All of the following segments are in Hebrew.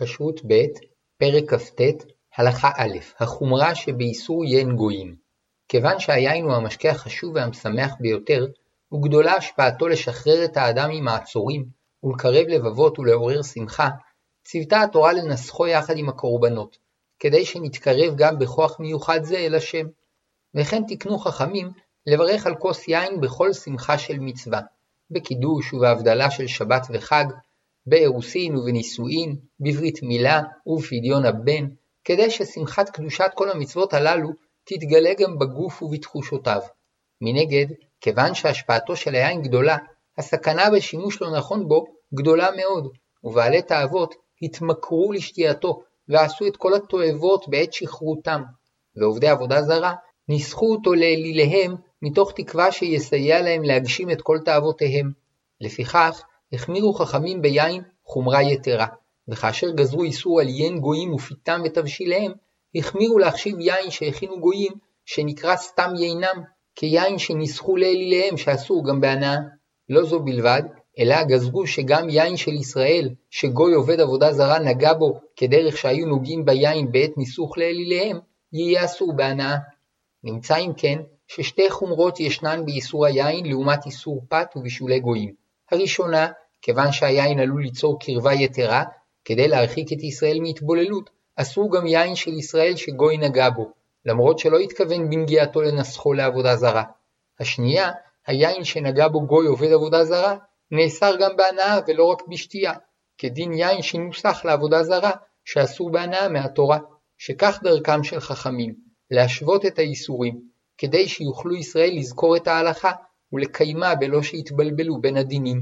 כשרות ב' פרק כ"ט הלכה א' החומרה שבאיסור יין גויים. כיוון שהיין הוא המשקה החשוב והמשמח ביותר, וגדולה השפעתו לשחרר את האדם ממעצורים ולקרב לבבות ולעורר שמחה, ציוותה התורה לנסחו יחד עם הקורבנות, כדי שנתקרב גם בכוח מיוחד זה אל השם. וכן תקנו חכמים לברך על כוס יין בכל שמחה של מצווה, בקידוש ובהבדלה של שבת וחג, באירוסין ובנישואין, בברית מילה ובפדיון הבן, כדי ששמחת קדושת כל המצוות הללו תתגלה גם בגוף ובתחושותיו. מנגד, כיוון שהשפעתו של היין גדולה, הסכנה בשימוש לא נכון בו גדולה מאוד, ובעלי תאוות התמכרו לשתייתו ועשו את כל התועבות בעת שחרותם, ועובדי עבודה זרה ניסחו אותו לאליליהם מתוך תקווה שיסייע להם להגשים את כל תאוותיהם. לפיכך החמירו חכמים ביין חומרה יתרה, וכאשר גזרו איסור על יין גויים ופיתם ותבשיליהם, החמירו להחשיב יין שהכינו גויים שנקרא סתם יינם, כיין שניסחו לאליליהם שאסור גם בהנאה. לא זו בלבד, אלא גזרו שגם יין של ישראל שגוי עובד עבודה זרה נגע בו כדרך שהיו נוגעים ביין בעת ניסוך לאליליהם, יהיה אסור בהנאה. נמצא אם כן ששתי חומרות ישנן באיסור היין לעומת איסור פת ובישולי גויים. הראשונה, כיוון שהיין עלול ליצור קרבה יתרה, כדי להרחיק את ישראל מהתבוללות, אסור גם יין של ישראל שגוי נגע בו, למרות שלא התכוון בנגיעתו לנסחו לעבודה זרה. השנייה, היין שנגע בו גוי עובד עבודה זרה, נאסר גם בהנאה ולא רק בשתייה, כדין יין שנוסח לעבודה זרה, שאסור בהנאה מהתורה, שכך דרכם של חכמים, להשוות את האיסורים, כדי שיוכלו ישראל לזכור את ההלכה, ולקיימה בלא שיתבלבלו בין הדינים.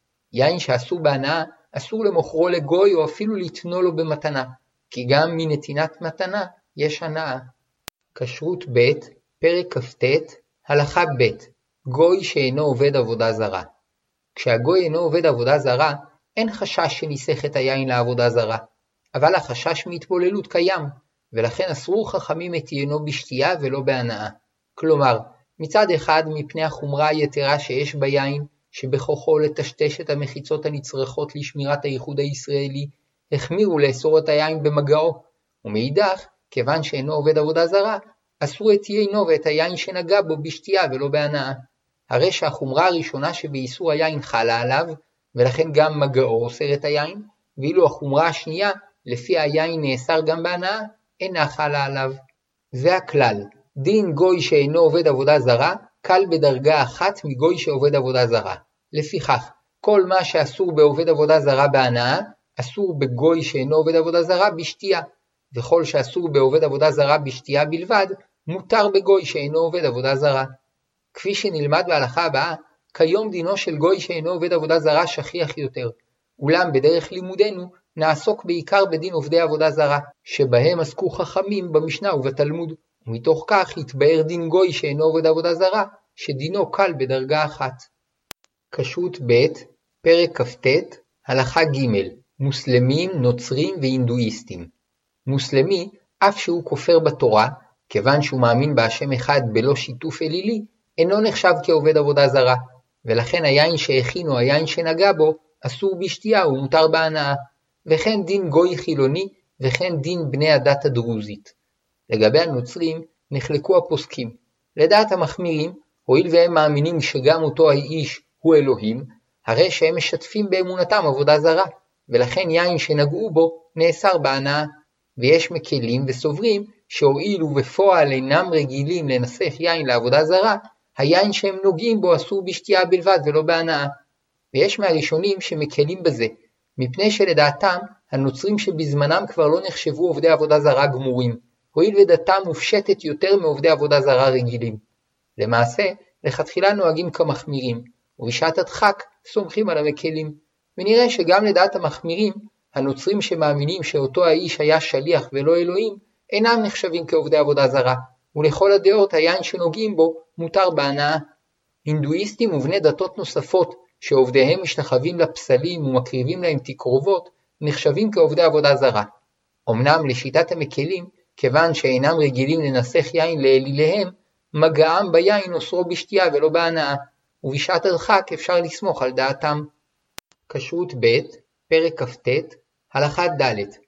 יין שאסור בהנאה, אסור למוכרו לגוי או אפילו לתנו לו במתנה, כי גם מנתינת מתנה יש הנאה. כשרות ב' פרק כ"ט הלכה ב' גוי שאינו עובד עבודה זרה. כשהגוי אינו עובד עבודה זרה, אין חשש שניסח את היין לעבודה זרה, אבל החשש מהתבוללות קיים, ולכן אסרו חכמים את ינו בשתייה ולא בהנאה. כלומר, מצד אחד מפני החומרה היתרה שיש ביין, שבכוחו לטשטש את המחיצות הנצרכות לשמירת הייחוד הישראלי, החמירו לאסור את היין במגעו, ומאידך, כיוון שאינו עובד עבודה זרה, אסרו את יינו ואת היין שנגע בו בשתייה ולא בהנאה. הרי שהחומרה הראשונה שבאיסור היין חלה עליו, ולכן גם מגעו אוסר את היין, ואילו החומרה השנייה, לפי היין נאסר גם בהנאה, אינה חלה עליו. זה הכלל, דין גוי שאינו עובד עבודה זרה, קל בדרגה אחת מגוי שעובד עבודה זרה. לפיכך, כל מה שאסור בעובד עבודה זרה בהנאה, אסור בגוי שאינו עובד עבודה זרה בשתייה, וכל שאסור בעובד עבודה זרה בשתייה בלבד, מותר בגוי שאינו עובד עבודה זרה. כפי שנלמד בהלכה הבאה, כיום דינו של גוי שאינו עובד עבודה זרה שכיח יותר, אולם בדרך לימודנו נעסוק בעיקר בדין עובדי עבודה זרה, שבהם עסקו חכמים במשנה ובתלמוד, ומתוך כך יתבאר דין גוי שאינו עובד עבודה זרה, שדינו קל בדרגה אחת. כשרות ב' פרק כ"ט הלכה ג' מוסלמים, נוצרים והינדואיסטים. מוסלמי, אף שהוא כופר בתורה, כיוון שהוא מאמין בהשם אחד בלא שיתוף אלילי, אינו נחשב כעובד עבודה זרה, ולכן היין שהכין או היין שנגע בו אסור בשתייה ומותר בהנאה, וכן דין גוי חילוני וכן דין בני הדת הדרוזית. לגבי הנוצרים נחלקו הפוסקים. לדעת המחמירים, הואיל והם מאמינים שגם אותו האיש הוא אלוהים, הרי שהם משתפים באמונתם עבודה זרה, ולכן יין שנגעו בו נאסר בהנאה. ויש מקלים וסוברים שהואילו בפועל אינם רגילים לנסח יין לעבודה זרה, היין שהם נוגעים בו אסור בשתייה בלבד ולא בהנאה. ויש מהראשונים שמקלים בזה, מפני שלדעתם הנוצרים שבזמנם כבר לא נחשבו עובדי עבודה זרה גמורים, הואיל ודתם מופשטת יותר מעובדי עבודה זרה רגילים. למעשה, לכתחילה נוהגים כמחמירים, ובשעת הדחק סומכים על המקלים. ונראה שגם לדעת המחמירים, הנוצרים שמאמינים שאותו האיש היה שליח ולא אלוהים, אינם נחשבים כעובדי עבודה זרה, ולכל הדעות היין שנוגעים בו מותר בהנאה. הינדואיסטים ובני דתות נוספות, שעובדיהם משתחווים לפסלים ומקריבים להם תקרובות, נחשבים כעובדי עבודה זרה. אמנם לשיטת המקלים, כיוון שאינם רגילים לנסח יין לאליליהם, מגעם ביין אוסרו בשתייה ולא בהנאה, ובשעת הדחק אפשר לסמוך על דעתם. כשרות ב' פרק כ"ט הלכה ד'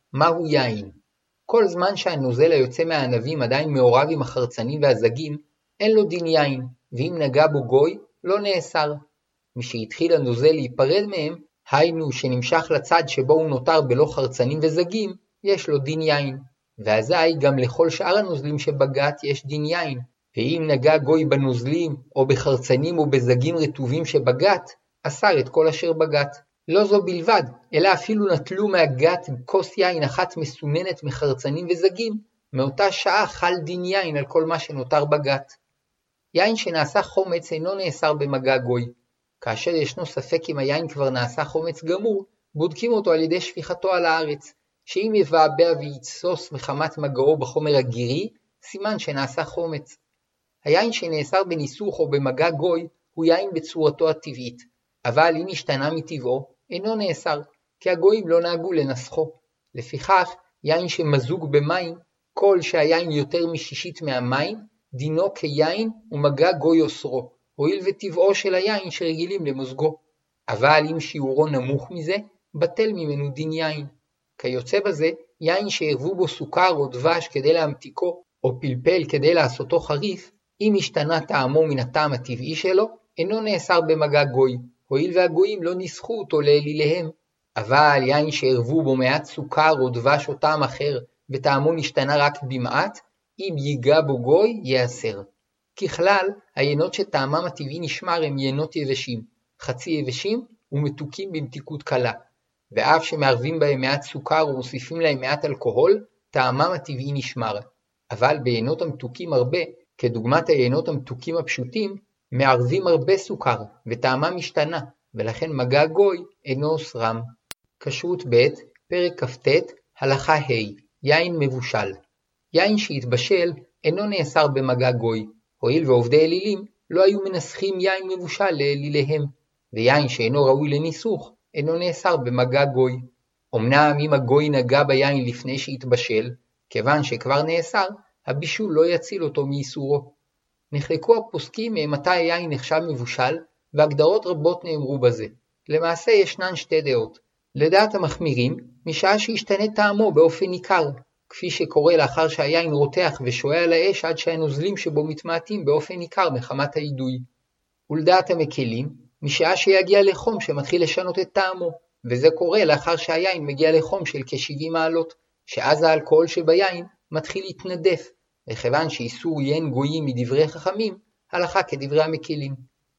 מהו יין? כל זמן שהנוזל היוצא מהענבים עדיין מעורב עם החרצנים והזגים, אין לו דין יין, ואם נגע בו גוי, לא נאסר. משהתחיל הנוזל להיפרד מהם, היינו שנמשך לצד שבו הוא נותר בלא חרצנים וזגים, יש לו דין יין. ואזי גם לכל שאר הנוזלים שבגת יש דין יין. ואם נגע גוי בנוזלים, או בחרצנים או בזגים רטובים שבגת, אסר את כל אשר בגת. לא זו בלבד, אלא אפילו נטלו מהגת כוס יין אחת מסוננת מחרצנים וזגים, מאותה שעה חל דין יין על כל מה שנותר בגת. יין שנעשה חומץ אינו נאסר במגע גוי. כאשר ישנו ספק אם היין כבר נעשה חומץ גמור, בודקים אותו על ידי שפיכתו על הארץ, שאם יבעבע ויצוס מחמת מגעו בחומר הגירי, סימן שנעשה חומץ. היין שנאסר בניסוך או במגע גוי הוא יין בצורתו הטבעית, אבל אם השתנה מטבעו, אינו נאסר, כי הגויים לא נהגו לנסחו. לפיכך, יין שמזוג במים, כל שהיין יותר משישית מהמים, דינו כיין ומגע גוי אוסרו, הואיל וטבעו של היין שרגילים למוזגו. אבל אם שיעורו נמוך מזה, בטל ממנו דין יין. כיוצא בזה, יין שערבו בו סוכר או דבש כדי להמתיקו, או פלפל כדי לעשותו חריף, אם השתנה טעמו מן הטעם הטבעי שלו, אינו נאסר במגע גוי, הואיל והגויים לא ניסחו אותו לאליליהם. אבל יין שערבו בו מעט סוכר או דבש או טעם אחר, וטעמו נשתנה רק במעט, אם ייגע בו גוי, יאסר. ככלל, היינות שטעמם הטבעי נשמר הם יינות יבשים, חצי יבשים ומתוקים במתיקות קלה. ואף שמערבים בהם מעט סוכר ומוסיפים להם מעט אלכוהול, טעמם הטבעי נשמר. אבל ביינות המתוקים הרבה, כדוגמת היינות המתוקים הפשוטים, מערבים הרבה סוכר, וטעמם משתנה, ולכן מגע גוי אינו אוסרם. כשרות ב' פרק כ"ט הלכה ה' יין מבושל. יין שהתבשל אינו נאסר במגע גוי, הואיל ועובדי אלילים לא היו מנסחים יין מבושל לאליליהם, ויין שאינו ראוי לניסוך אינו נאסר במגע גוי. אמנם אם הגוי נגע ביין לפני שהתבשל, כיוון שכבר נאסר, הבישול לא יציל אותו מאיסורו. נחלקו הפוסקים ממתי היין נחשב מבושל, והגדרות רבות נאמרו בזה. למעשה ישנן שתי דעות. לדעת המחמירים, משעה שהשתנה טעמו באופן ניכר, כפי שקורה לאחר שהיין רותח ושוהה על האש עד שהנוזלים שבו מתמעטים באופן ניכר מחמת האידוי. ולדעת המקלים, משעה שיגיע לחום שמתחיל לשנות את טעמו, וזה קורה לאחר שהיין מגיע לחום של כ-70 מעלות, שאז האלכוהול שביין מתחיל להתנדף, וכיוון שאיסור יין גויים מדברי חכמים, הלכה כדברי המקלים.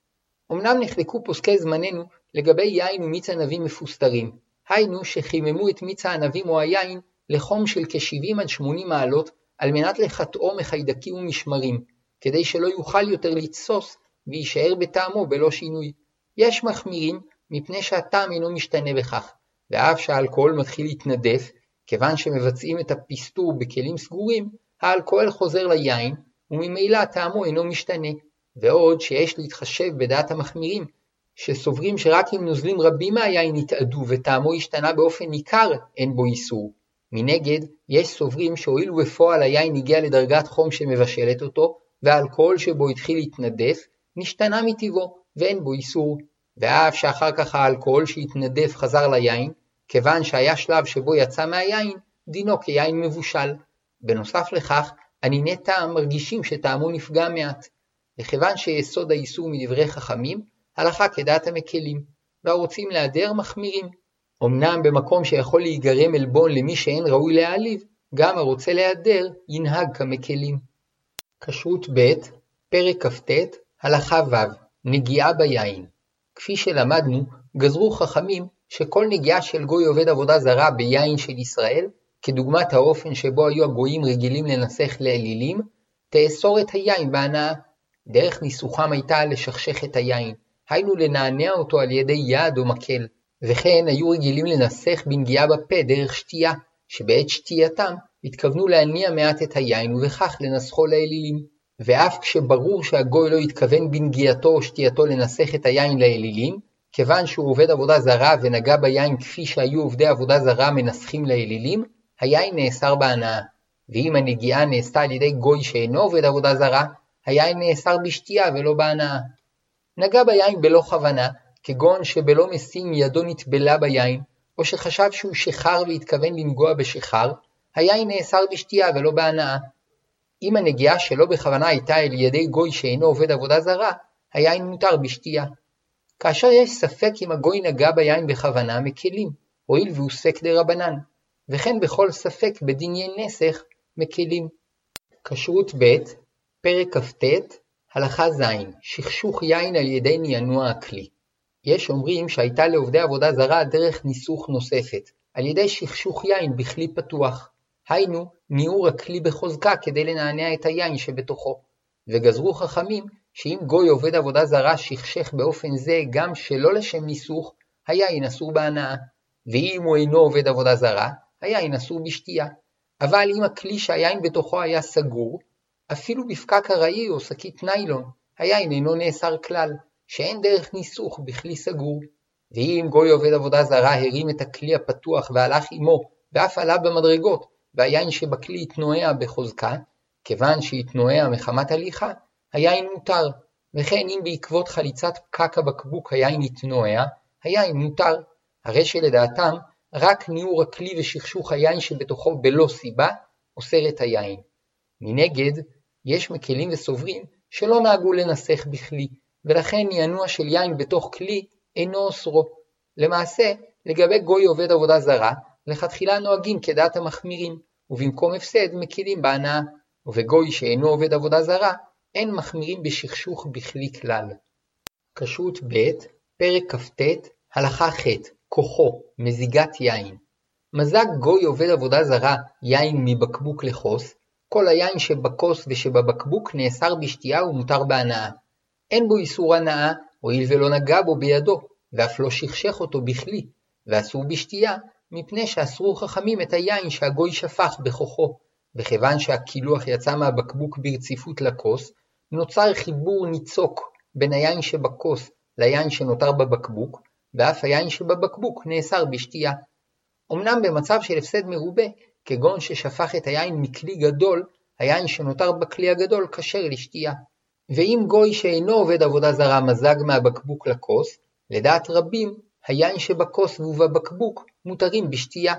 אמנם נחלקו פוסקי זמננו לגבי יין ומיץ ענבים מפוסטרים, היינו שחיממו את מיץ הענבים או היין לחום של כ-70 עד 80 מעלות על מנת לחטאו מחיידקים ומשמרים, כדי שלא יוכל יותר לתסוס ויישאר בטעמו בלא שינוי. יש מחמירים מפני שהטעם אינו משתנה בכך, ואף שהאלכוהול מתחיל להתנדף, כיוון שמבצעים את הפסטור בכלים סגורים, האלכוהול חוזר ליין, וממילא טעמו אינו משתנה. ועוד שיש להתחשב בדעת המחמירים, שסוברים שרק אם נוזלים רבים מהיין יתאדו וטעמו השתנה באופן ניכר, אין בו איסור. מנגד, יש סוברים שהואיל בפועל היין הגיע לדרגת חום שמבשלת אותו, והאלכוהול שבו התחיל להתנדף, נשתנה מטבעו, ואין בו איסור. ואף שאחר כך האלכוהול שהתנדף חזר ליין, כיוון שהיה שלב שבו יצא מהיין, דינו כיין מבושל. בנוסף לכך, ענייני טעם מרגישים שטעמו נפגע מעט. וכיוון שיסוד האיסור מדברי חכמים, הלכה כדעת המקלים, והרוצים להיעדר מחמירים. אמנם במקום שיכול להיגרם עלבון למי שאין ראוי להעליב, גם הרוצה להיעדר ינהג כמקלים. כשרות ב' פרק כ"ט הלכה ו' נגיעה ביין. כפי שלמדנו, גזרו חכמים שכל נגיעה של גוי עובד עבודה זרה ביין של ישראל, כדוגמת האופן שבו היו הגויים רגילים לנסח לאלילים, תאסור את היין בהנאה. דרך ניסוחם הייתה לשכשך את היין, היינו לנענע אותו על ידי יד או מקל, וכן היו רגילים לנסח בנגיעה בפה דרך שתייה, שבעת שתייתם התכוונו להניע מעט את היין ובכך לנסחו לאלילים. ואף כשברור שהגוי לא התכוון בנגיעתו או שתייתו לנסח את היין לאלילים, כיוון שהוא עובד עבודה זרה ונגע ביין כפי שהיו עובדי עבודה זרה מנסחים לאלילים, היין נאסר בהנאה. ואם הנגיעה נעשתה על ידי גוי שאינו עובד עבודה זרה, היין נאסר בשתייה ולא בהנאה. נגע ביין בלא כוונה, כגון שבלא משים ידו נטבלה ביין, או שחשב שהוא שחר והתכוון לנגוע בשחר, היין נאסר בשתייה ולא בהנאה. אם הנגיעה שלא בכוונה הייתה על ידי גוי שאינו עובד עבודה זרה, היין מותר בשתייה. כאשר יש ספק אם הגוי נגע ביין בכוונה, מקלים, הואיל והוא ספק דרבנן, וכן בכל ספק בדיני נסך מקלים. כשרות ב' פרק כ"ט הלכה ז' שכשוך יין על ידי נענוע הכלי. יש אומרים שהייתה לעובדי עבודה זרה דרך ניסוך נוספת, על ידי שכשוך יין בכלי פתוח, היינו ניעור הכלי בחוזקה כדי לנענע את היין שבתוכו, וגזרו חכמים שאם גוי עובד עבודה זרה שכשך באופן זה גם שלא לשם ניסוך, היין אסור בהנאה, ואם הוא אינו עובד עבודה זרה, היין אסור בשתייה. אבל אם הכלי שהיין בתוכו היה סגור, אפילו בפקק ארעי או שקית ניילון, היין אינו נאסר כלל, שאין דרך ניסוך בכלי סגור. ואם גוי עובד עבודה זרה הרים את הכלי הפתוח והלך עמו, ואף עלה במדרגות, והיין שבכלי התנועע בחוזקה, כיוון שהתנועע מחמת הליכה, היין מותר, וכן אם בעקבות חליצת פקק הבקבוק היין התנועע, היין מותר, הרי שלדעתם רק ניעור הכלי ושכשוך היין שבתוכו בלא סיבה, אוסר את היין. מנגד, יש מקלים וסוברים שלא נהגו לנסח בכלי, ולכן נענוע של יין בתוך כלי אינו אוסרו. למעשה, לגבי גוי עובד עבודה זרה, לכתחילה נוהגים כדעת המחמירים, ובמקום הפסד מקילים בהנאה, ובגוי שאינו עובד עבודה זרה, אין מחמירים בשכשוך בכלי כלל. כשרות ב' פרק כ"ט הלכה ח' כוחו, מזיגת יין. מזג גוי עובד עבודה זרה יין מבקבוק לכוס, כל היין שבכוס ושבבקבוק נאסר בשתייה ומותר בהנאה. אין בו איסור הנאה, הואיל ולא נגע בו בידו, ואף לא שכשך אותו בכלי, ואסור בשתייה, מפני שאסרו חכמים את היין שהגוי שפך בכוחו, וכיוון שהקילוח יצא מהבקבוק ברציפות לכוס, נוצר חיבור ניצוק בין היין שבכוס ליין שנותר בבקבוק, ואף היין שבבקבוק נאסר בשתייה. אמנם במצב של הפסד מרובה, כגון ששפך את היין מכלי גדול, היין שנותר בכלי הגדול כשר לשתייה. ואם גוי שאינו עובד עבודה זרה מזג מהבקבוק לכוס, לדעת רבים, היין שבכוס ובבקבוק מותרים בשתייה.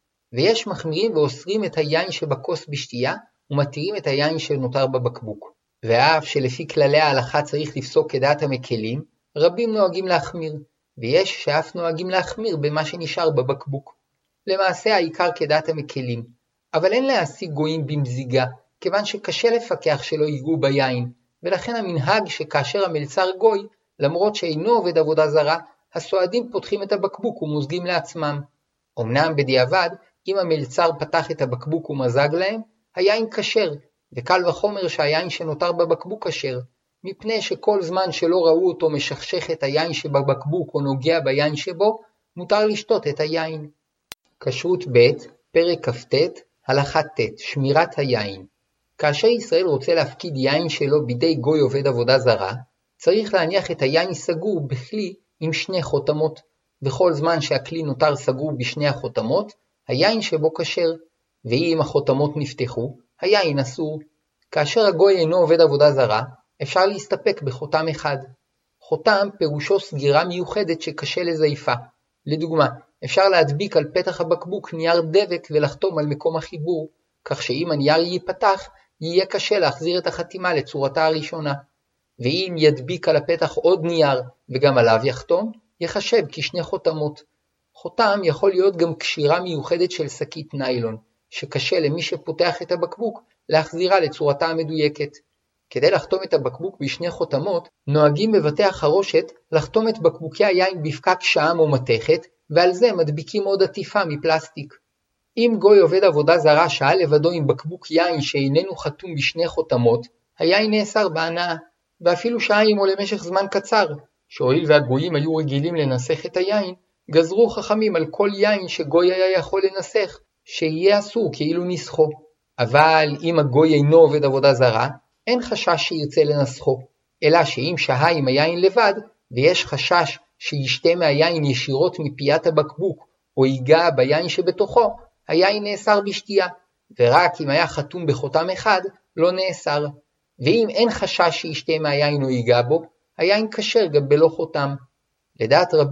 ויש מחמירים ואוסרים את היין שבכוס בשתייה, ומתירים את היין שנותר בבקבוק. ואף שלפי כללי ההלכה צריך לפסוק כדעת המקלים, רבים נוהגים להחמיר, ויש שאף נוהגים להחמיר במה שנשאר בבקבוק. למעשה העיקר כדעת המקלים, אבל אין להשיג גויים במזיגה, כיוון שקשה לפקח שלא ייגעו ביין, ולכן המנהג שכאשר המלצר גוי, למרות שאינו עובד עבודה זרה, הסועדים פותחים את הבקבוק ומוזגים לעצמם. אמנם בדיעבד, אם המלצר פתח את הבקבוק ומזג להם, היין כשר, וקל וחומר שהיין שנותר בבקבוק כשר, מפני שכל זמן שלא ראו אותו משכשך את היין שבבקבוק או נוגע ביין שבו, מותר לשתות את היין. כשרות ב' פרק כ"ט הלכה ט' שמירת היין. כאשר ישראל רוצה להפקיד יין שלו בידי גוי עובד עבודה זרה, צריך להניח את היין סגור בכלי עם 2 חותמות, וכל זמן שהכלי נותר סגור בשני החותמות, היין שבו כשר, ואם החותמות נפתחו, היין אסור. כאשר הגוי אינו עובד עבודה זרה, אפשר להסתפק בחותם אחד. חותם פירושו סגירה מיוחדת שקשה לזייפה. לדוגמה, אפשר להדביק על פתח הבקבוק נייר דבק ולחתום על מקום החיבור, כך שאם הנייר ייפתח, יהיה קשה להחזיר את החתימה לצורתה הראשונה. ואם ידביק על הפתח עוד נייר וגם עליו יחתום, יחשב כ2 חותמות. חותם יכול להיות גם קשירה מיוחדת של שקית ניילון, שקשה למי שפותח את הבקבוק להחזירה לצורתה המדויקת. כדי לחתום את הבקבוק ב2 חותמות, נוהגים בבתי החרושת לחתום את בקבוקי היין בפקק שעם או מתכת, ועל זה מדביקים עוד עטיפה מפלסטיק. אם גוי עובד עבודה זרה שעה לבדו עם בקבוק יין שאיננו חתום ב2 חותמות, היין נאסר בהנאה, ואפילו שעה עמו למשך זמן קצר, שהואיל והגויים היו רגילים לנסח את היין, גזרו חכמים על כל יין שגוי היה יכול לנסח, שיהיה אסור כאילו נסחו. אבל אם הגוי אינו עובד עבודה זרה, אין חשש שירצה לנסחו, אלא שאם שהה עם היין לבד, ויש חשש שישתה מהיין ישירות מפיית הבקבוק, או ייגע ביין שבתוכו, היין נאסר בשתייה, ורק אם היה חתום בחותם אחד, לא נאסר. ואם אין חשש שישתה מהיין או ייגע בו, היין כשר גם בלא חותם. לדעת רבים,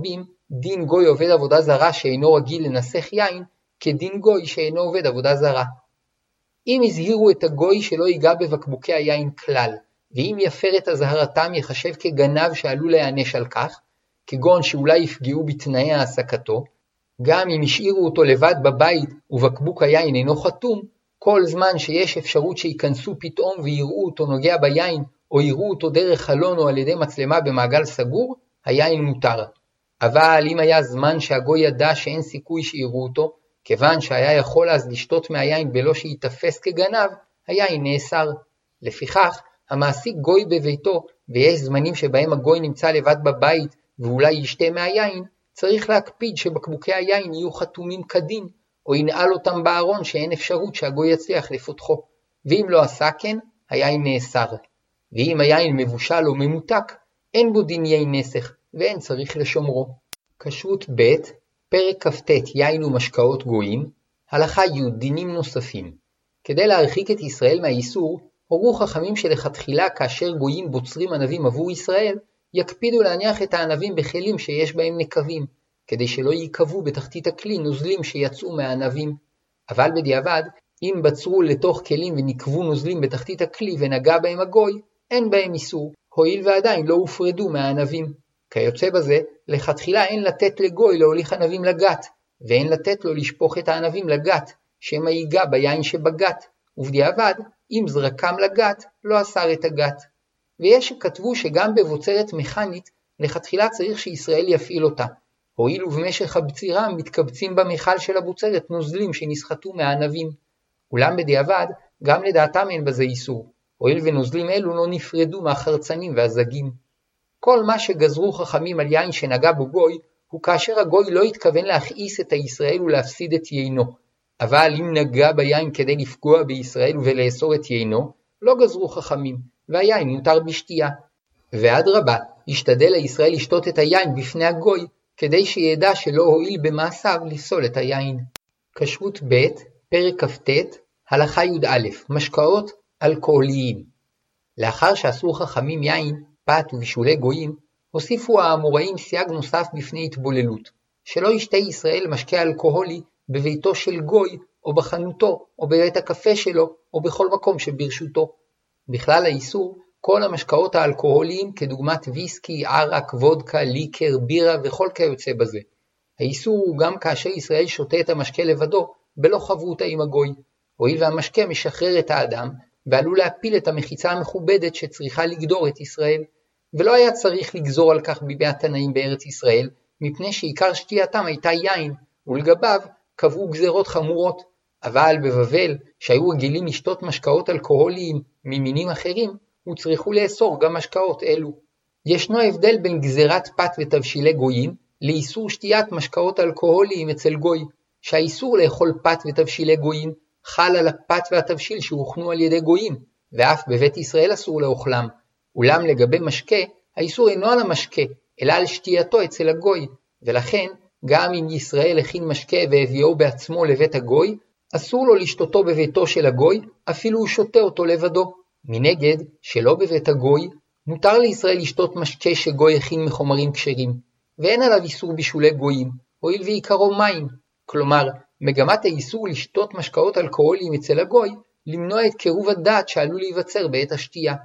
דין גוי עובד עבודה זרה שאינו רגיל לנסח יין, כדין גוי שאינו עובד עבודה זרה. אם הזהירו את הגוי שלא ייגע בבקבוקי היין כלל, ואם יפר את הזהרתם יחשב כגנב שעלול להיענש על כך, כגון שאולי יפגעו בתנאי העסקתו, גם אם השאירו אותו לבד בבית ובקבוק היין אינו חתום, כל זמן שיש אפשרות שיכנסו פתאום ויראו אותו נוגע ביין, או יראו אותו דרך חלון או על ידי מצלמה במעגל סגור, היין מותר. אבל אם היה זמן שהגוי ידע שאין סיכוי שיראו אותו, כיוון שהיה יכול אז לשתות מהיין בלא שיתפס כגנב, היין נאסר. לפיכך, המעסיק גוי בביתו, ויש זמנים שבהם הגוי נמצא לבד בבית ואולי ישתה מהיין, צריך להקפיד שבקבוקי היין יהיו חתומים כדין, או ינעל אותם בארון שאין אפשרות שהגוי יצליח לפותחו. ואם לא עשה כן, היין נאסר. ואם היין מבושל או ממותק, אין בו דין יין נסך, ואין צריך לשומרו. כשרות ב' פרק כ"ט יין ומשקאות גויים, הלכה י' דינים נוספים. כדי להרחיק את ישראל מהאיסור, הורו חכמים שלכתחילה כאשר גויים בוצרים ענבים עבור ישראל, יקפידו להניח את הענבים בכלים שיש בהם נקבים, כדי שלא ייקבו בתחתית הכלי נוזלים שיצאו מהענבים. אבל בדיעבד, אם בצרו לתוך כלים ונקבו נוזלים בתחתית הכלי ונגע בהם הגוי, אין בהם איסור, הועיל ועדיין לא הופרדו מהענבים. כיוצא בזה, לכתחילה אין לתת לגוי להוליך ענבים לגת, ואין לתת לו לשפוך את הענבים לגת, שמא ייגע ביין שבגת, ובדיעבד, אם זרקם לגת, לא אסר את הגת. ויש שכתבו שגם בבוצרת מכנית, לכתחילה צריך שישראל יפעיל אותה, הועיל ובמשך הבצירה מתקבצים במכל של הבוצרת נוזלים שנסחטו מהענבים. אולם בדיעבד, גם לדעתם אין בזה איסור, הועיל ונוזלים אלו לא נפרדו מהחרצנים והזגים. כל מה שגזרו חכמים על יין שנגע בו גוי, הוא כאשר הגוי לא התכוון להכעיס את הישראל ולהפסיד את יינו. אבל אם נגע ביין כדי לפגוע בישראל ולאסור את יינו, לא גזרו חכמים, והיין מותר בשתייה. ואדרבה, ישתדל לישראל לשתות את היין בפני הגוי, כדי שידע שלא הועיל במעשיו לפסול את היין. כשרות ב' פרק כ"ט הלכה י"א משקאות אלכוהוליים. לאחר שעשו חכמים יין, פת ובישולי גויים, הוסיפו האמוראים סייג נוסף בפני התבוללות, שלא ישתה ישראל משקה אלכוהולי בביתו של גוי, או בחנותו, או בבית הקפה שלו, או בכל מקום שברשותו. בכלל האיסור, כל המשקאות האלכוהוליים כדוגמת ויסקי, ערק, וודקה, ליקר, בירה וכל כיוצא בזה. האיסור הוא גם כאשר ישראל שותה את המשקה לבדו, בלא חברותא עם הגוי, הואיל והמשקה משחרר את האדם, ועלול להפיל את המחיצה המכובדת שצריכה לגדור את ישראל, ולא היה צריך לגזור על כך בימי התנאים בארץ ישראל, מפני שעיקר שתייתם הייתה יין, ולגביו קבעו גזרות חמורות. אבל בבבל, שהיו רגילים לשתות משקאות אלכוהוליים ממינים אחרים, וצריכו לאסור גם משקאות אלו. ישנו הבדל בין גזירת פת ותבשילי גויים, לאיסור שתיית משקאות אלכוהוליים אצל גוי, שהאיסור לאכול פת ותבשילי גויים, חל על הפת והתבשיל שהוכנו על ידי גויים, ואף בבית ישראל אסור לאוכלם. אולם לגבי משקה, האיסור אינו על המשקה, אלא על שתייתו אצל הגוי, ולכן, גם אם ישראל הכין משקה והביאו בעצמו לבית הגוי, אסור לו לשתותו בביתו של הגוי, אפילו הוא שותה אותו לבדו. מנגד, שלא בבית הגוי, מותר לישראל לשתות משקה שגוי הכין מחומרים כשרים, ואין עליו איסור בישולי גויים, הואיל ועיקרו מים. כלומר, מגמת האיסור לשתות משקאות אלכוהוליים אצל הגוי, למנוע את קירוב הדעת שעלול להיווצר בעת השתייה.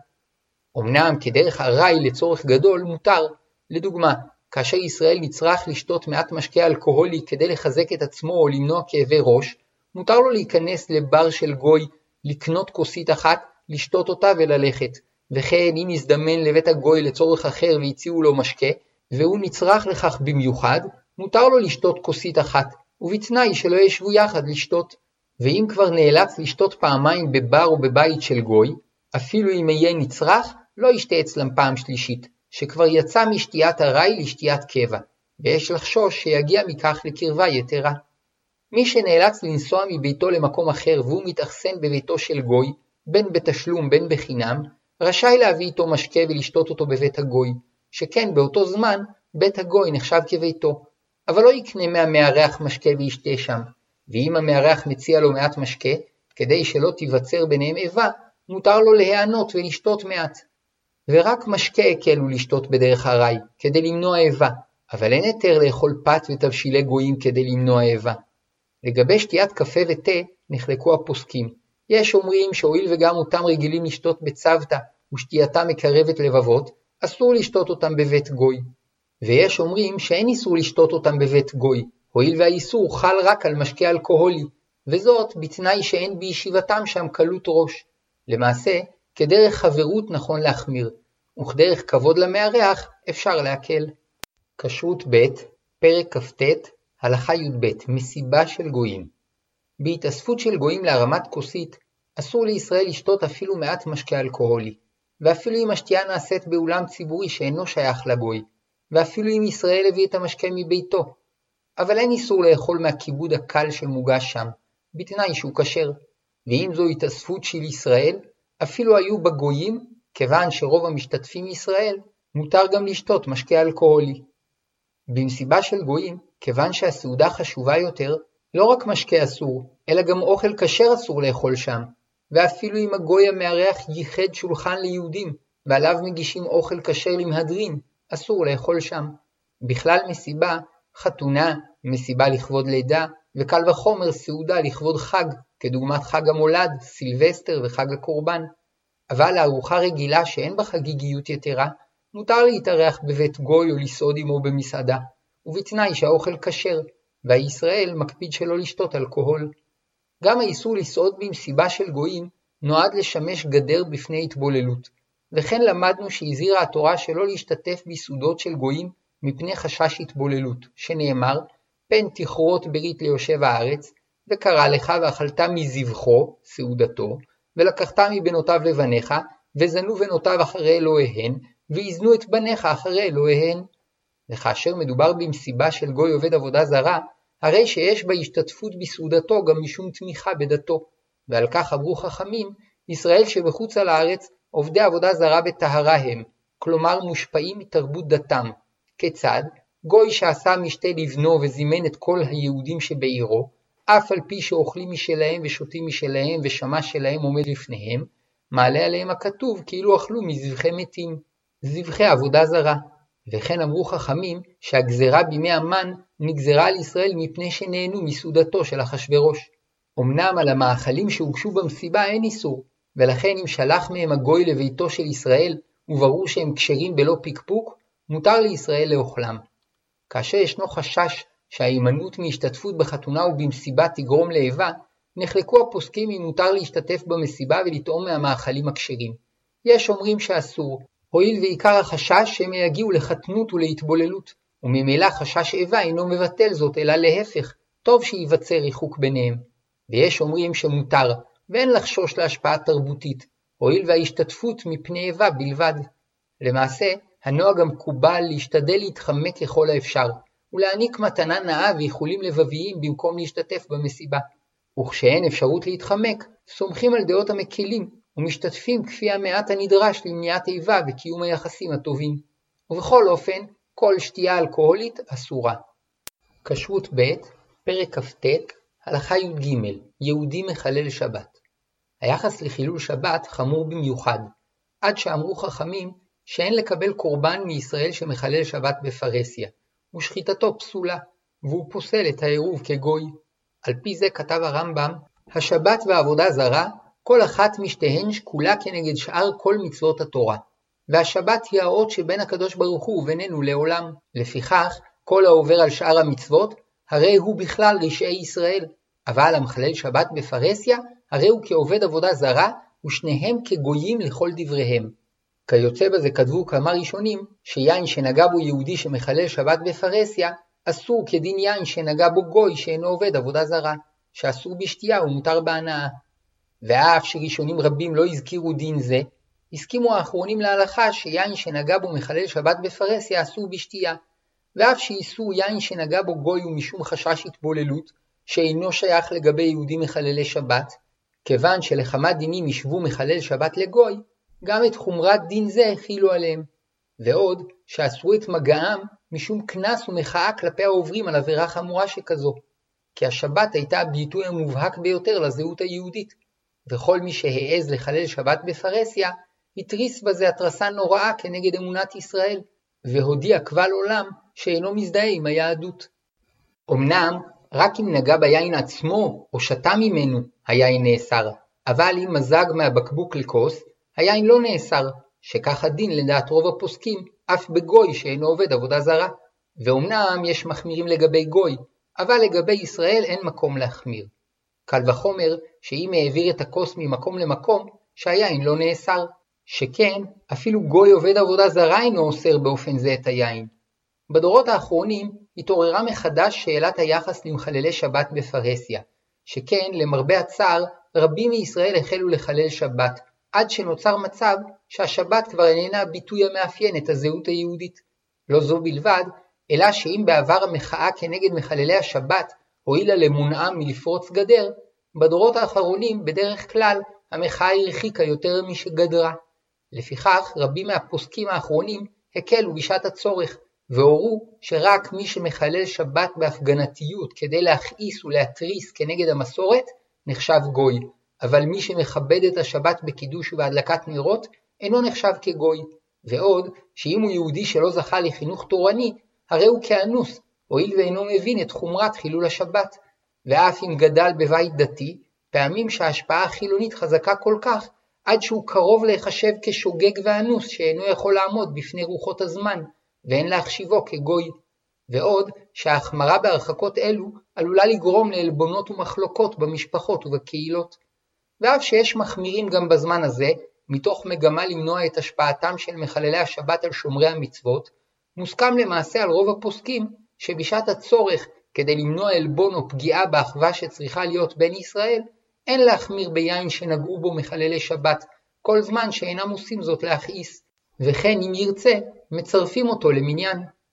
אמנם כדרך ארעי לצורך גדול מותר, לדוגמה, כאשר ישראל נצרך לשתות מעט משקה אלכוהולי כדי לחזק את עצמו או למנוע כאבי ראש, מותר לו להיכנס לבר של גוי, לקנות כוסית אחת, לשתות אותה וללכת. וכן אם יזדמן לבית הגוי לצורך אחר והציעו לו משקה, והוא נצרך לכך במיוחד, מותר לו לשתות כוסית אחת, ובתנאי שלא ישבו יחד לשתות. ואם כבר נאלץ לשתות פעמיים בבר או בבית של גוי, אפילו אם יהיה נצרך, לא ישתה אצלם פעם שלישית, שכבר יצא משתיית ארעי לשתיית קבע, ויש לחשוש שיגיע מכך לקרבה יתרה. מי שנאלץ לנסוע מביתו למקום אחר והוא מתאכסן בביתו של גוי, בין בתשלום בין בחינם, רשאי להביא איתו משקה ולשתות אותו בבית הגוי, שכן באותו זמן בית הגוי נחשב כביתו, אבל לא יקנה מהמארח משקה וישתה שם, ואם המארח מציע לו מעט משקה, כדי שלא תיווצר ביניהם איבה, מותר לו להיענות ולשתות מעט. ורק משקה הקלו לשתות בדרך ארעי, כדי למנוע איבה, אבל אין היתר לאכול פת ותבשילי גויים כדי למנוע איבה. לגבי שתיית קפה ותה נחלקו הפוסקים. יש אומרים שהואיל וגם אותם רגילים לשתות בצוותא ושתייתם מקרבת לבבות, אסור לשתות אותם בבית גוי. ויש אומרים שאין איסור לשתות אותם בבית גוי, הואיל והאיסור חל רק על משקה אלכוהולי, וזאת בתנאי שאין בישיבתם שם קלות ראש. למעשה, כדרך חברות נכון להחמיר, וכדרך כבוד למארח אפשר להקל. כשרות ב' פרק כ"ט הלכה י"ב מסיבה של גויים. בהתאספות של גויים להרמת כוסית, אסור לישראל לשתות אפילו מעט משקה אלכוהולי, ואפילו אם השתייה נעשית באולם ציבורי שאינו שייך לגוי, ואפילו אם ישראל הביא את המשקה מביתו. אבל אין איסור לאכול מהכיבוד הקל שמוגש שם, בתנאי שהוא כשר. ואם זו התאספות של ישראל, אפילו היו בגויים, כיוון שרוב המשתתפים מישראל, מותר גם לשתות משקה אלכוהולי. במסיבה של גויים, כיוון שהסעודה חשובה יותר, לא רק משקה אסור, אלא גם אוכל כשר אסור לאכול שם. ואפילו אם הגוי המארח ייחד שולחן ליהודים, ועליו מגישים אוכל כשר למהדרין, אסור לאכול שם. בכלל מסיבה, חתונה, מסיבה לכבוד לידה, וקל וחומר סעודה לכבוד חג, כדוגמת חג המולד, סילבסטר וחג הקורבן. אבל הארוחה רגילה שאין בה חגיגיות יתרה, מותר להתארח בבית גוי או לסעוד עמו במסעדה, ובתנאי שהאוכל כשר, והישראל מקפיד שלא לשתות אלכוהול. גם האיסור לסעוד במסיבה של גויים נועד לשמש גדר בפני התבוללות, וכן למדנו שהזהירה התורה שלא להשתתף בסעודות של גויים מפני חשש התבוללות, שנאמר, פן תכרות ברית ליושב הארץ, וקרא לך ואכלת מזבחו, סעודתו, ולקחת מבנותיו לבניך, וזנו בנותיו אחרי אלוהיהן, ויזנו את בניך אחרי אלוהיהן. וכאשר מדובר במסיבה של גוי עובד עבודה זרה, הרי שיש בה השתתפות בסעודתו גם משום תמיכה בדתו, ועל כך אמרו חכמים, ישראל שבחוץ על הארץ עובדי עבודה זרה בטהרה הם, כלומר מושפעים מתרבות דתם. כיצד? גוי שעשה משתה לבנו וזימן את כל היהודים שבעירו, אף על פי שאוכלים משלהם ושותים משלהם ושמש שלהם עומד לפניהם, מעלה עליהם הכתוב כאילו אכלו מזבחי מתים, זבחי עבודה זרה. וכן אמרו חכמים שהגזרה בימי המן נגזרה על ישראל מפני שנהנו מסעודתו של אחשוורוש. אמנם על המאכלים שהוגשו במסיבה אין איסור, ולכן אם שלח מהם הגוי לביתו של ישראל וברור שהם כשרים בלא פיקפוק, מותר לישראל לאוכלם. כאשר ישנו חשש שההימנעות מהשתתפות בחתונה ובמסיבה תגרום לאיבה, נחלקו הפוסקים אם מותר להשתתף במסיבה ולטעום מהמאכלים הכשרים. יש אומרים שאסור, הואיל ועיקר החשש שהם יגיעו לחתנות ולהתבוללות, וממילא חשש איבה אינו מבטל זאת, אלא להפך, טוב שיווצר ריחוק ביניהם. ויש אומרים שמותר, ואין לחשוש להשפעה תרבותית, הואיל וההשתתפות מפני איבה בלבד. למעשה, הנוהג המקובל להשתדל להתחמק ככל האפשר, ולהעניק מתנה נאה ואיחולים לבביים במקום להשתתף במסיבה. וכשאין אפשרות להתחמק, סומכים על דעות המקלים, ומשתתפים כפי המעט הנדרש למניעת איבה וקיום היחסים הטובים. ובכל אופן, כל שתייה אלכוהולית אסורה. כשרות ב' פרק כ"ט הלכה י"ג יהודי מחלל שבת. היחס לחילול שבת חמור במיוחד, עד שאמרו חכמים שאין לקבל קורבן מישראל שמחלל שבת בפרהסיה, ושחיטתו פסולה, והוא פוסל את העירוב כגוי. על פי זה כתב הרמב"ם, השבת והעבודה זרה, כל אחת משתיהן שקולה כנגד שאר כל מצוות התורה, והשבת היא האות שבין הקדוש ברוך הוא ובינינו לעולם. לפיכך, כל העובר על שאר המצוות, הרי הוא בכלל רשעי ישראל, אבל המחלל שבת בפרהסיה, הרי הוא כעובד עבודה זרה, ושניהם כגויים לכל דבריהם. כיוצא בזה כתבו כמה ראשונים, שיין שנגע בו יהודי שמחלל שבת בפרהסיה, אסור כדין יין שנגע בו גוי שאינו עובד עבודה זרה, שאסור בשתייה ומותר בהנאה. ואף שראשונים רבים לא הזכירו דין זה, הסכימו האחרונים להלכה שיין שנגע בו מחלל שבת בפרהסיה אסור בשתייה, ואף שאיסור יין שנגע בו גוי הוא משום חשש התבוללות, שאינו שייך לגבי יהודים מחללי שבת, כיוון שלכמה דינים ישבו מחלל שבת לגוי, גם את חומרת דין זה החילו עליהם. ועוד שאסרו את מגעם משום כנס ומחאה כלפי העוברים על עבירה חמורה שכזו, כי השבת הייתה הביטוי המובהק ביותר לזהות היהודית, וכל מי שהעז לחלל שבת בפרהסיה, התריס בזה התרסה נוראה כנגד אמונת ישראל, והודיע קבל עולם שאינו מזדהה עם היהדות. אמנם רק אם נגע ביין עצמו או שתה ממנו היין נאסר, אבל אם מזג מהבקבוק לכוס, היין לא נאסר, שכך הדין לדעת רוב הפוסקים אף בגוי שאינו עובד עבודה זרה. ואומנם יש מחמירים לגבי גוי, אבל לגבי ישראל אין מקום להחמיר. קל וחומר שאם העביר את הכוס ממקום למקום, שהיין לא נאסר, שכן אפילו גוי עובד עבודה זרה אינו אוסר באופן זה את היין. בדורות האחרונים התעוררה מחדש שאלת היחס למחללי שבת בפרהסיה, שכן למרבה הצער רבים מישראל החלו לחלל שבת, עד שנוצר מצב שהשבת כבר איננה ביטוי המאפיין את הזהות היהודית. לא זו בלבד, אלא שאם בעבר המחאה כנגד מחללי השבת הועילה למונעם מלפרוץ גדר, בדורות האחרונים בדרך כלל המחאה הרחיקה יותר משגדרה. לפיכך רבים מהפוסקים האחרונים הקלו בשעת הצורך, והורו שרק מי שמחלל שבת בהפגנתיות כדי להכעיס ולהתריס כנגד המסורת נחשב גוי, אבל מי שמכבד את השבת בקידוש ובהדלקת נרות אינו נחשב כגוי. ועוד שאם הוא יהודי שלא זכה לחינוך תורני, הרי הוא כאנוס, הואיל ואינו מבין את חומרת חילול השבת. ואף אם גדל בבית דתי, פעמים שההשפעה החילונית חזקה כל כך, עד שהוא קרוב להיחשב כשוגג ואנוס שאינו יכול לעמוד בפני רוחות הזמן, ואין להחשיבו כגוי. ועוד שההחמרה בהרחקות אלו עלולה לגרום לעלבונות ומחלוקות במשפחות ובקהילות. ואף שיש מחמירים גם בזמן הזה, מתוך מגמה למנוע את השפעתם של מחללי השבת על שומרי המצוות, מוסכם למעשה על רוב הפוסקים שבשעת הצורך כדי למנוע עלבון או פגיעה באחווה שצריכה להיות בין ישראל, אין להחמיר ביין שנגעו בו מחללי שבת, כל זמן שאינם עושים זאת להכעיס, וכן אם ירצה, מצרפים אותו למניין.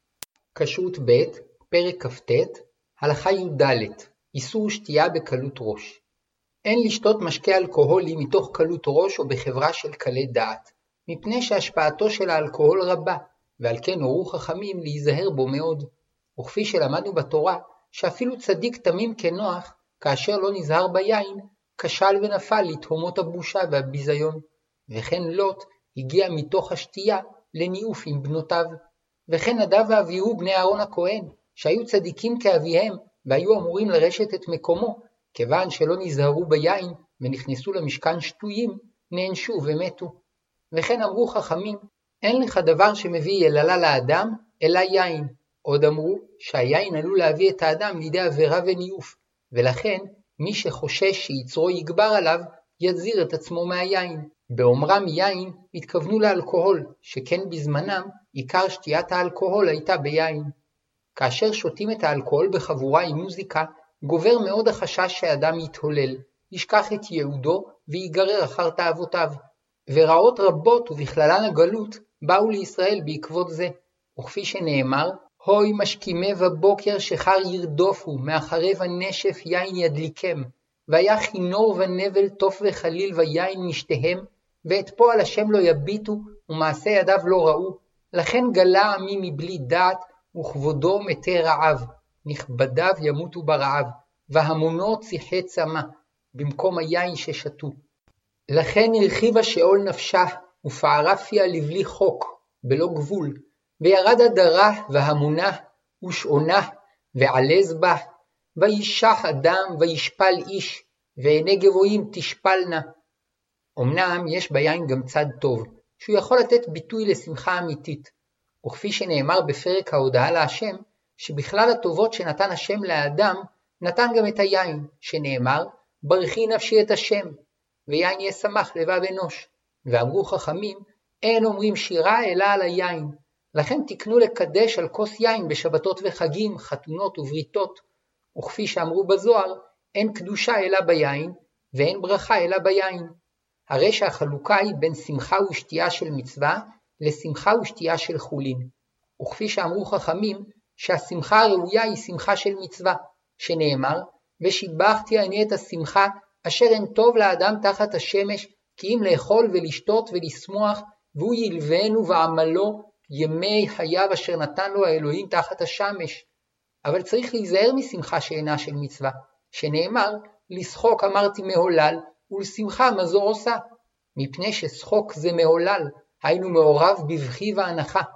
כשרות ב' פרק כ"ט הלכה י"ד איסור שתייה בקלות ראש. אין לשתות משקה אלכוהולי מתוך קלות ראש או בחברה של קלי דעת, מפני שהשפעתו של האלכוהול רבה, ועל כן הורו חכמים להיזהר בו מאוד. וכפי שלמדנו בתורה, שאפילו צדיק תמים כנוח, כאשר לא נזהר ביין, כשל ונפל לתהומות הבושה והביזיון. וכן לוט הגיע מתוך השתייה לניאוף עם בנותיו. וכן נדב ואביהו בני אהרון הכהן, שהיו צדיקים כאביהם, והיו אמורים לרשת את מקומו, כיוון שלא נזהרו ביין ונכנסו למשכן שטויים, נענשו ומתו. וכן אמרו חכמים, אין לך דבר שמביא יללה לאדם, אלא יין. עוד אמרו שהיין עלול להביא את האדם לידי עבירה וניאוף, ולכן מי שחושש שיצרו יגבר עליו, יזהיר את עצמו מהיין. באומרם יין התכוונו לאלכוהול, שכן בזמנם עיקר שתיית האלכוהול הייתה ביין. כאשר שותים את האלכוהול בחבורה עם מוזיקה, גובר מאוד החשש שאדם יתהולל, ישכח את ייעודו ויגרר אחר תאוותיו. ורעות רבות ובכללן הגלות באו לישראל בעקבות זה. וכפי שנאמר, הוי משכימי בבוקר שחר ירדופו, מאחרי ונשף יין ידליקם, והיה חינור ונבל טוף וחליל ויין משתיהם, ואת פועל השם לא יביטו, ומעשה ידיו לא ראו, לכן גלה עמי מבלי דעת, וכבודו מתי רעב, נכבדיו ימותו ברעב, והמונו ציחי צמא, במקום היין ששתו. לכן הרחיבה שאול נפשה, ופערה פיה לבלי חוק, בלא גבול, וירד הדרה והמונה, ושעונה, ועלז בה, וישח אדם וישפל איש, ועיני גבוהים תשפלנה. אמנם יש ביין גם צד טוב, שהוא יכול לתת ביטוי לשמחה אמיתית, וכפי שנאמר בפרק ההודעה להשם, שבכלל הטובות שנתן השם לאדם, נתן גם את היין, שנאמר, ברכי נפשי את השם, ויין ישמח לבב אנוש. ואמרו חכמים, אין אומרים שירה אלא על היין, לכן תקנו לקדש על כוס יין בשבתות וחגים, חתונות ובריתות, וכפי שאמרו בזוהר, אין קדושה אלא ביין, ואין ברכה אלא ביין. הרי שהחלוקה היא בין שמחה ושתייה של מצווה, לשמחה ושתייה של חולין. וכפי שאמרו חכמים, שהשמחה הראויה היא שמחה של מצווה, שנאמר, ושיבחתי אני את השמחה, אשר אין טוב לאדם תחת השמש, כי אם לאכול ולשתות ולשמוח, והוא ילבנו ועמלו ימי חייו אשר נתן לו האלוהים תחת השמש. אבל צריך להיזהר משמחה שאינה של מצווה, שנאמר, לשחוק אמרתי מהולל, ולשמחה מזור עושה, מפני ששחוק זה מהולל, היינו מעורב בבכי והנחה.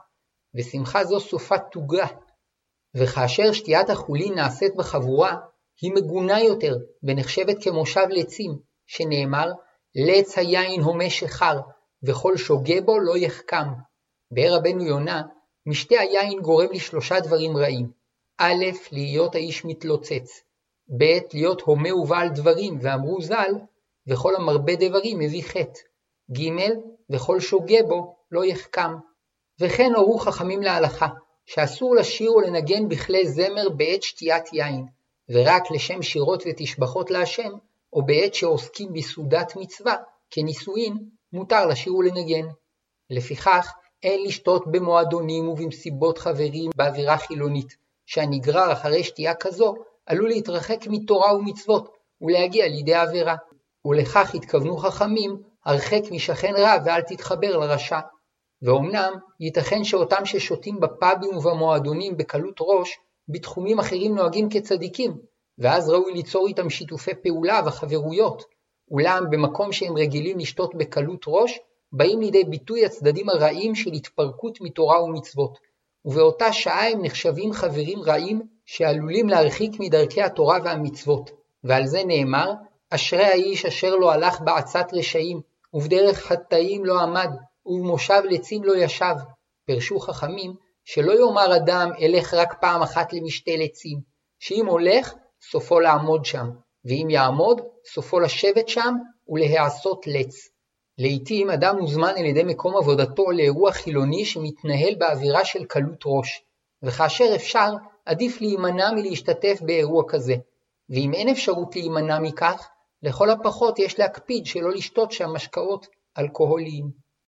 ושמחה זו סופה תוגה. וכאשר שתיית החולין נעשית בחבורה, היא מגונה יותר ונחשבת כמושב לצים, שנאמר, לץ היין הומה שחר, וכל שוגה בו לא יחכם. באר רבנו יונה, משתה היין גורם לי 3 דברים רעים. א', להיות האיש מתלוצץ. ב', להיות הומה ובעל דברים, ואמרו ז"ל, וכל המרבה דברים מביא חטא. ג', וכל שוגה בו לא יחכם. וכן הורו חכמים להלכה, שאסור לשיר או לנגן בכלי זמר בעת שתיית יין, ורק לשם שירות ותשבחות להשם, או בעת שעוסקים בסעודת מצווה, כנישואין, מותר לשיר ולנגן. לפיכך, אין לשתות במועדונים ובמסיבות חברים באווירה חילונית, שהנגרר אחרי שתייה כזו עלול להתרחק מתורה ומצוות ולהגיע לידי עבירה. ולכך התכוונו חכמים, הרחק משכן רע ואל תתחבר לרשע. ואומנם ייתכן שאותם ששותים בפאבים ובמועדונים בקלות ראש, בתחומים אחרים נוהגים כצדיקים, ואז ראוי ליצור איתם שיתופי פעולה וחברויות. אולם במקום שהם רגילים לשתות בקלות ראש, באים לידי ביטוי הצדדים הרעים של התפרקות מתורה ומצוות, ובאותה שעה הם נחשבים חברים רעים שעלולים להרחיק מדרכי התורה והמצוות. ועל זה נאמר, אשרי האיש אשר לא הלך בעצת רשעים, ובדרך חטאים לא עמד, ובמושב לצים לא ישב. פרשו חכמים שלא יאמר אדם אלך רק פעם אחת למשתה לצים, שאם הולך סופו לעמוד שם, ואם יעמוד סופו לשבת שם ולהעשות לץ. לעתים אדם מוזמן על ידי מקום עבודתו לאירוע חילוני שמתנהל באווירה של קלות ראש, וכאשר אפשר עדיף להימנע מלהשתתף באירוע כזה, ואם אין אפשרות להימנע מכך, לכל הפחות יש להקפיד שלא לשתות שם משקאות אלכוהוליים.